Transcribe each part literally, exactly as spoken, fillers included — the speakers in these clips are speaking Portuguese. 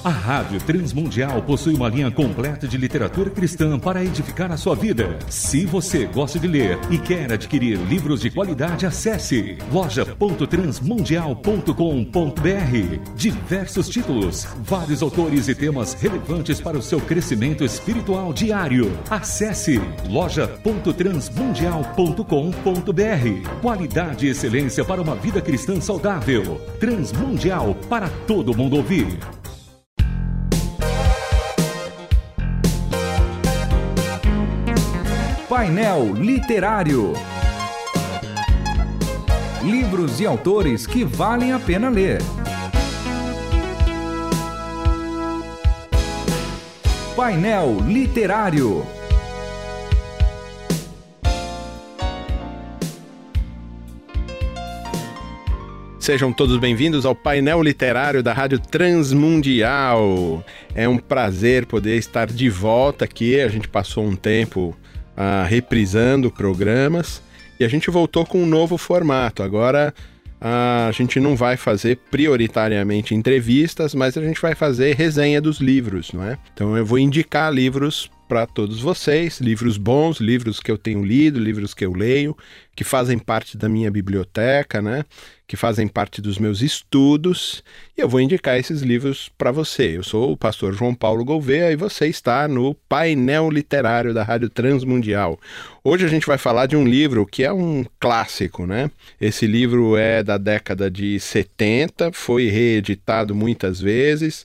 A Rádio Transmundial possui uma linha completa de literatura cristã para edificar a sua vida. Se você gosta de ler e quer adquirir livros de qualidade, acesse loja ponto transmundial ponto com ponto br. Diversos títulos, vários autores e temas relevantes para o seu crescimento espiritual diário. Acesse loja ponto transmundial ponto com ponto br. Qualidade e excelência para uma vida cristã saudável. Transmundial, para todo mundo ouvir. Painel Literário. Livros e autores que valem a pena ler. Painel Literário. Sejam todos bem-vindos ao painel literário da Rádio Transmundial. É um prazer poder estar de volta aqui. A gente passou um tempo ah, reprisando programas e a gente voltou com um novo formato. Agora ah, a gente não vai fazer prioritariamente entrevistas, mas a gente vai fazer resenha dos livros, não é? Então eu vou indicar livros para todos vocês, livros bons, livros que eu tenho lido, livros que eu leio, que fazem parte da minha biblioteca, né? Que fazem parte dos meus estudos, e eu vou indicar esses livros para você. Eu sou o pastor João Paulo Gouveia e você está no painel literário da Rádio Transmundial. Hoje a gente vai falar de um livro que é um clássico, né? Esse livro é da década de setenta, foi reeditado muitas vezes,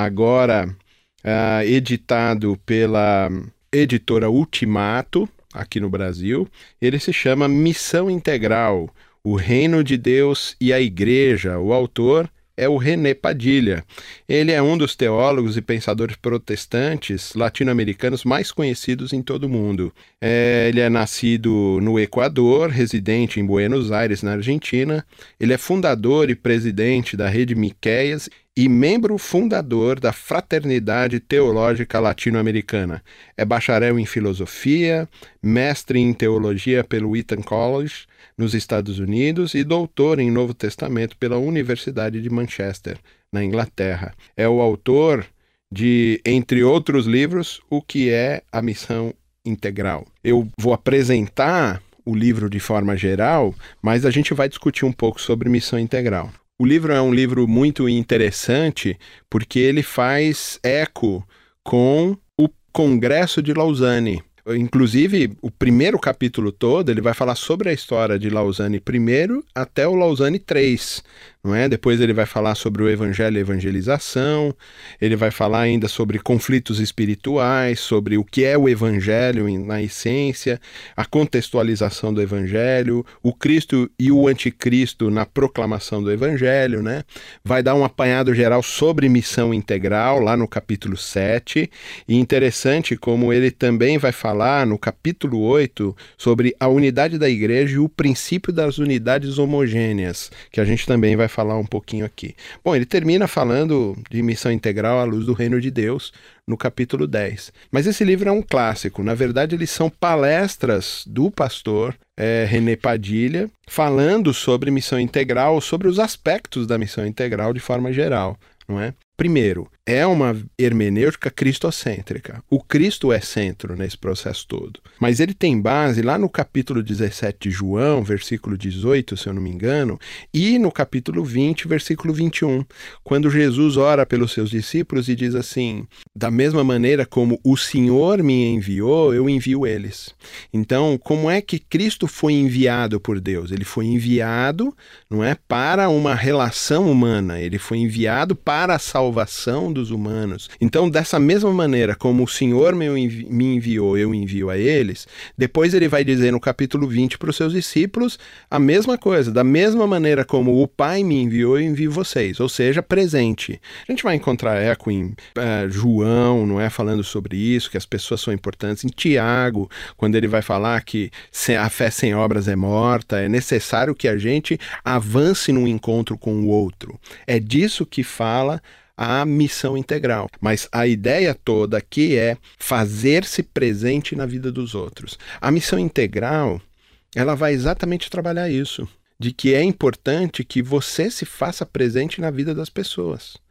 agora Uh, editado pela editora Ultimato, aqui no Brasil. Ele se chama Missão Integral, o Reino de Deus e a Igreja. O autor é o René Padilha. Ele é um dos teólogos e pensadores protestantes latino-americanos mais conhecidos em todo o mundo. É, ele é nascido no Equador, residente em Buenos Aires, na Argentina. Ele é fundador e presidente da Rede Miqueias e membro fundador da Fraternidade Teológica Latino-Americana. É bacharel em filosofia, mestre em teologia pelo Eton College, nos Estados Unidos, e doutor em Novo Testamento pela Universidade de Manchester, na Inglaterra. É o autor de, entre outros livros, O que é a Missão Integral. Eu vou apresentar o livro de forma geral, mas a gente vai discutir um pouco sobre missão integral. O livro é um livro muito interessante porque ele faz eco com o Congresso de Lausanne. Inclusive, o primeiro capítulo todo, ele vai falar sobre a história de Lausanne primeiro até o Lausanne três, não é? Depois ele vai falar sobre o Evangelho e Evangelização, ele vai falar ainda sobre conflitos espirituais, sobre o que é o Evangelho na essência, a contextualização do Evangelho, o Cristo e o Anticristo na proclamação do Evangelho, né? Vai dar um apanhado geral sobre missão integral, lá no capítulo sete, e interessante como ele também vai falar lá no capítulo oito sobre a unidade da igreja e o princípio das unidades homogêneas, que a gente também vai falar um pouquinho aqui. Bom, ele termina falando de missão integral à luz do reino de Deus no capítulo dez. Mas esse livro é um clássico. Na verdade, eles são palestras do pastor é, René Padilha, falando sobre missão integral, sobre os aspectos da missão integral de forma geral, não é? Primeiro, é uma hermenêutica cristocêntrica. O Cristo é centro nesse processo todo. Mas ele tem base lá no capítulo dezessete de João, versículo dezoito, se eu não me engano, e no capítulo vinte, versículo vinte e um, quando Jesus ora pelos seus discípulos e diz assim: da mesma maneira como o Senhor me enviou, eu envio eles. Então, como é que Cristo foi enviado por Deus? Ele foi enviado, não é, para uma relação humana, ele foi enviado para a salvação salvação dos humanos. Então, dessa mesma maneira como o Senhor me enviou, eu envio a eles, depois ele vai dizer no capítulo vinte para os seus discípulos a mesma coisa, da mesma maneira como o Pai me enviou, eu envio vocês, ou seja, presente. A gente vai encontrar eco em uh, João, não é, falando sobre isso, que as pessoas são importantes, em Tiago, quando ele vai falar que a fé sem obras é morta, é necessário que a gente avance num encontro com o outro. É disso que fala a missão integral. Mas a ideia toda aqui é fazer-se presente na vida dos outros. A missão integral, ela vai exatamente trabalhar isso, de que é importante que você se faça presente na vida das pessoas.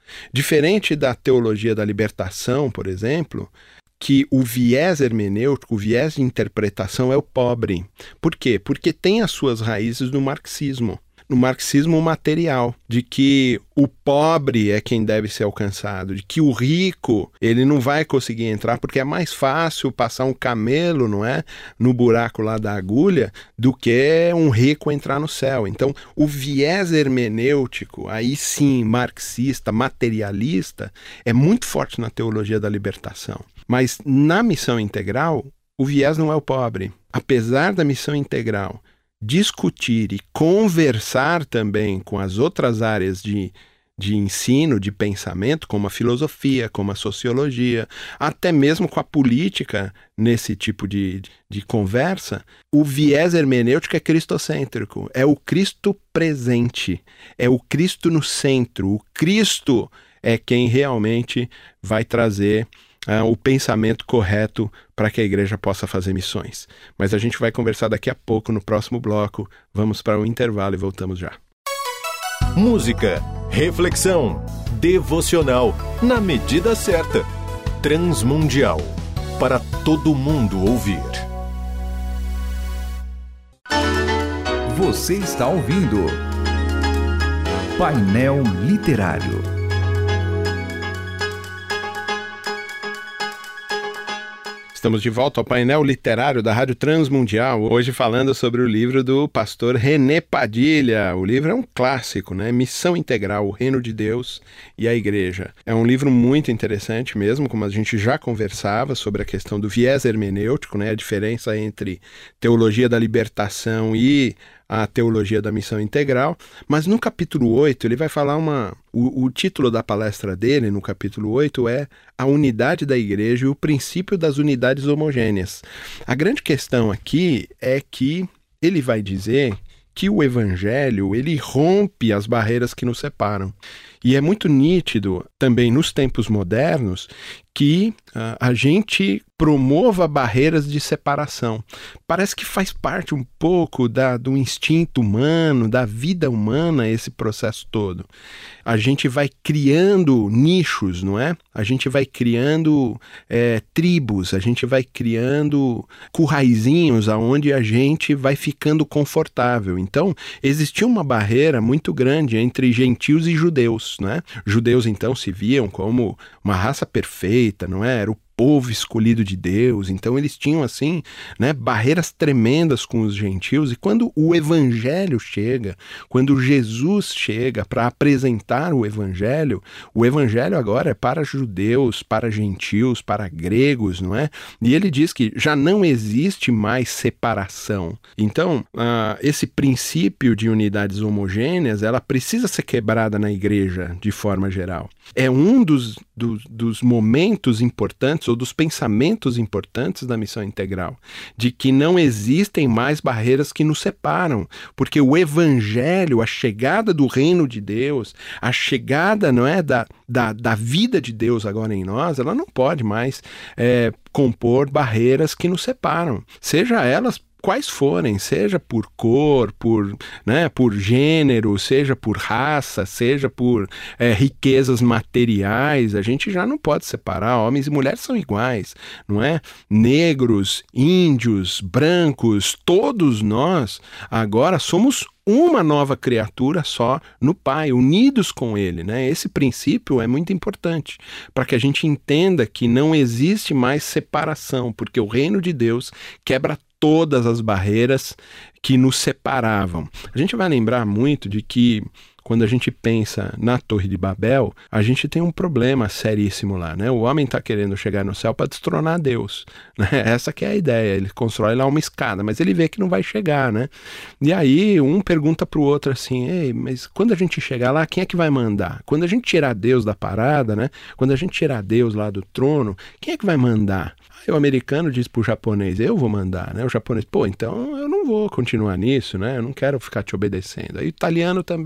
Diferente da teologia da libertação, por exemplo, que o viés hermenêutico, o viés de interpretação é o pobre. Por quê? Porque tem as suas raízes no marxismo. No marxismo material, de que o pobre é quem deve ser alcançado, de que o rico, ele não vai conseguir entrar porque é mais fácil passar um camelo, não é, no buraco lá da agulha, do que um rico entrar no céu. Então, o viés hermenêutico, aí sim, marxista, materialista, é muito forte na teologia da libertação. Mas na missão integral, o viés não é o pobre. Apesar da missão integral discutir e conversar também com as outras áreas de, de ensino, de pensamento, como a filosofia, como a sociologia, até mesmo com a política nesse tipo de, de conversa, o viés hermenêutico é cristocêntrico, é o Cristo presente, é o Cristo no centro, o Cristo é quem realmente vai trazer Uh, o pensamento correto para que a igreja possa fazer missões. Mas a gente vai conversar daqui a pouco no próximo bloco. Vamos para o intervalo e voltamos já. Música, reflexão, devocional, na medida certa. Transmundial, para todo mundo ouvir. Você está ouvindo Painel Literário. Estamos de volta ao painel literário da Rádio Transmundial, hoje falando sobre o livro do pastor René Padilha. O livro é um clássico, né? Missão Integral, o Reino de Deus e a Igreja. É um livro muito interessante mesmo, como a gente já conversava sobre a questão do viés hermenêutico, né? A diferença entre teologia da libertação e a teologia da missão integral, mas no capítulo oito ele vai falar uma... O, o título da palestra dele, no capítulo oito, é A Unidade da Igreja e o Princípio das Unidades Homogêneas. A grande questão aqui é que ele vai dizer que o Evangelho, ele rompe as barreiras que nos separam. E é muito nítido, também nos tempos modernos, que uh, a gente promova barreiras de separação. Parece que faz parte um pouco da, do instinto humano, da vida humana, esse processo todo. A gente vai criando nichos, não é? A gente vai criando é, tribos, a gente vai criando curraizinhos aonde a gente vai ficando confortável. Então, existia uma barreira muito grande entre gentios e judeus, né? Judeus, então, se viam como uma raça perfeita, não é? Era o povo escolhido de Deus, então eles tinham assim, né, barreiras tremendas com os gentios, e quando o evangelho chega, quando Jesus chega para apresentar o evangelho, o evangelho agora é para judeus, para gentios, para gregos, não é? E ele diz que já não existe mais separação. Então, uh, esse princípio de unidades homogêneas, ela precisa ser quebrada na igreja de forma geral. É um dos, dos, dos momentos importantes ou dos pensamentos importantes da missão integral, de que não existem mais barreiras que nos separam, porque o evangelho, a chegada do reino de Deus, a chegada, não é, da, da, da vida de Deus agora em nós, ela não pode mais é, compor barreiras que nos separam, seja elas quais forem, seja por cor, por, né, por gênero, seja por raça, seja por é, riquezas materiais, a gente já não pode separar. Homens e mulheres são iguais, não é? Negros, índios, brancos, todos nós agora somos uma nova criatura só no Pai, unidos com Ele, né? Esse princípio é muito importante para que a gente entenda que não existe mais separação, porque o reino de Deus quebra todas as barreiras que nos separavam. A gente vai lembrar muito de que quando a gente pensa na Torre de Babel, a gente tem um problema seríssimo lá, né? O homem está querendo chegar no céu para destronar Deus, né? Essa que é a ideia, ele constrói lá uma escada, mas ele vê que não vai chegar, né? E aí um pergunta para o outro assim, ei, mas quando a gente chegar lá, quem é que vai mandar? Quando a gente tirar Deus da parada, né? Quando a gente tirar Deus lá do trono, quem é que vai mandar? Aí o americano diz pro japonês, eu vou mandar, né? O japonês, pô, então eu não vou continuar nisso, né? Eu não quero ficar te obedecendo. Aí o italiano também, o brasileiro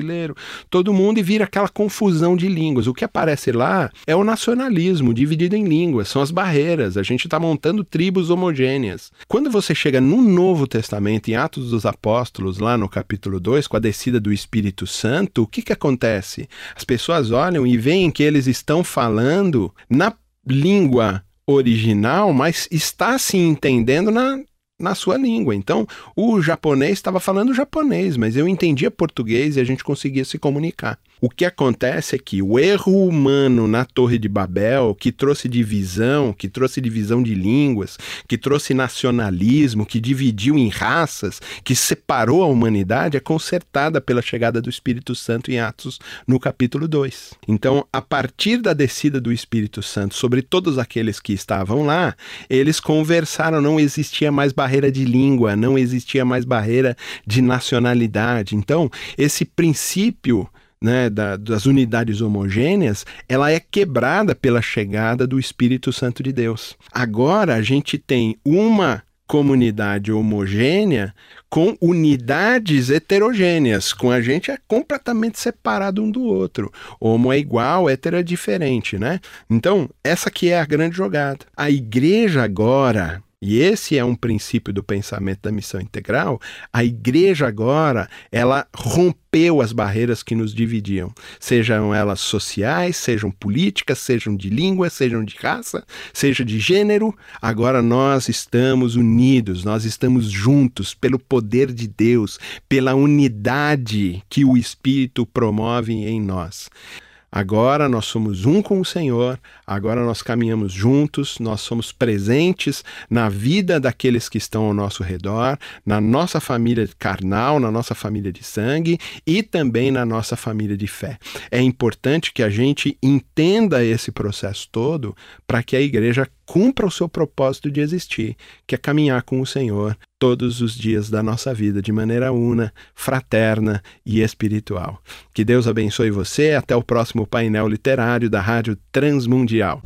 brasileiro, todo mundo, e vira aquela confusão de línguas. O que aparece lá é o nacionalismo dividido em línguas, são as barreiras, a gente está montando tribos homogêneas. Quando você chega no Novo Testamento, em Atos dos Apóstolos, lá no capítulo dois, com a descida do Espírito Santo, o que que acontece? As pessoas olham e veem que eles estão falando na língua original, mas está se entendendo na, na sua língua. Então, o japonês estava falando japonês, mas eu entendia português e a gente conseguia se comunicar. O que acontece é que o erro humano na Torre de Babel, que trouxe divisão, que trouxe divisão de línguas, que trouxe nacionalismo, que dividiu em raças, que separou a humanidade, é consertada pela chegada do Espírito Santo em Atos, no capítulo dois. Então, a partir da descida do Espírito Santo sobre todos aqueles que estavam lá, eles conversaram, não existia mais barreira de língua, não existia mais barreira de nacionalidade. Então, esse princípio, né, da, das unidades homogêneas, ela é quebrada pela chegada do Espírito Santo de Deus. Agora a gente tem uma comunidade homogênea com unidades heterogêneas, com a gente é completamente separado um do outro. Homo é igual, hétero é diferente, né? Então, essa aqui é a grande jogada. A igreja agora, e esse é um princípio do pensamento da missão integral, a igreja agora, ela rompeu as barreiras que nos dividiam, sejam elas sociais, sejam políticas, sejam de língua, sejam de raça, seja de gênero. Agora nós estamos unidos, nós estamos juntos pelo poder de Deus, pela unidade que o Espírito promove em nós. Agora nós somos um com o Senhor, agora nós caminhamos juntos, nós somos presentes na vida daqueles que estão ao nosso redor, na nossa família carnal, na nossa família de sangue e também na nossa família de fé. É importante que a gente entenda esse processo todo para que a igreja cumpra o seu propósito de existir, que é caminhar com o Senhor todos os dias da nossa vida, de maneira una, fraterna e espiritual. Que Deus abençoe você. Até o próximo painel literário da Rádio Transmundial.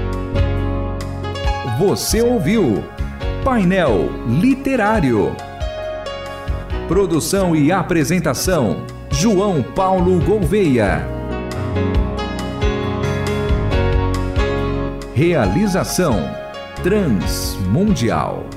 Você ouviu Painel Literário. Produção e apresentação, João Paulo Gouveia. Realização Transmundial.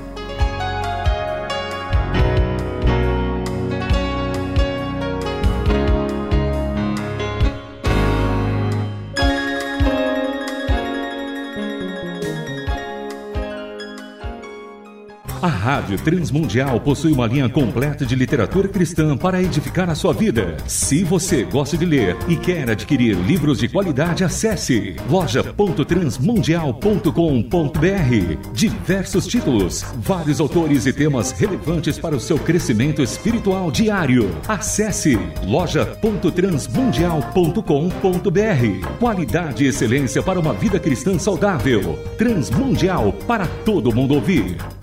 A Rádio Transmundial possui uma linha completa de literatura cristã para edificar a sua vida. Se você gosta de ler e quer adquirir livros de qualidade, acesse loja ponto transmundial ponto com ponto b r. Diversos títulos, vários autores e temas relevantes para o seu crescimento espiritual diário. Acesse loja ponto transmundial ponto com ponto b r. Qualidade e excelência para uma vida cristã saudável. Transmundial, para todo mundo ouvir.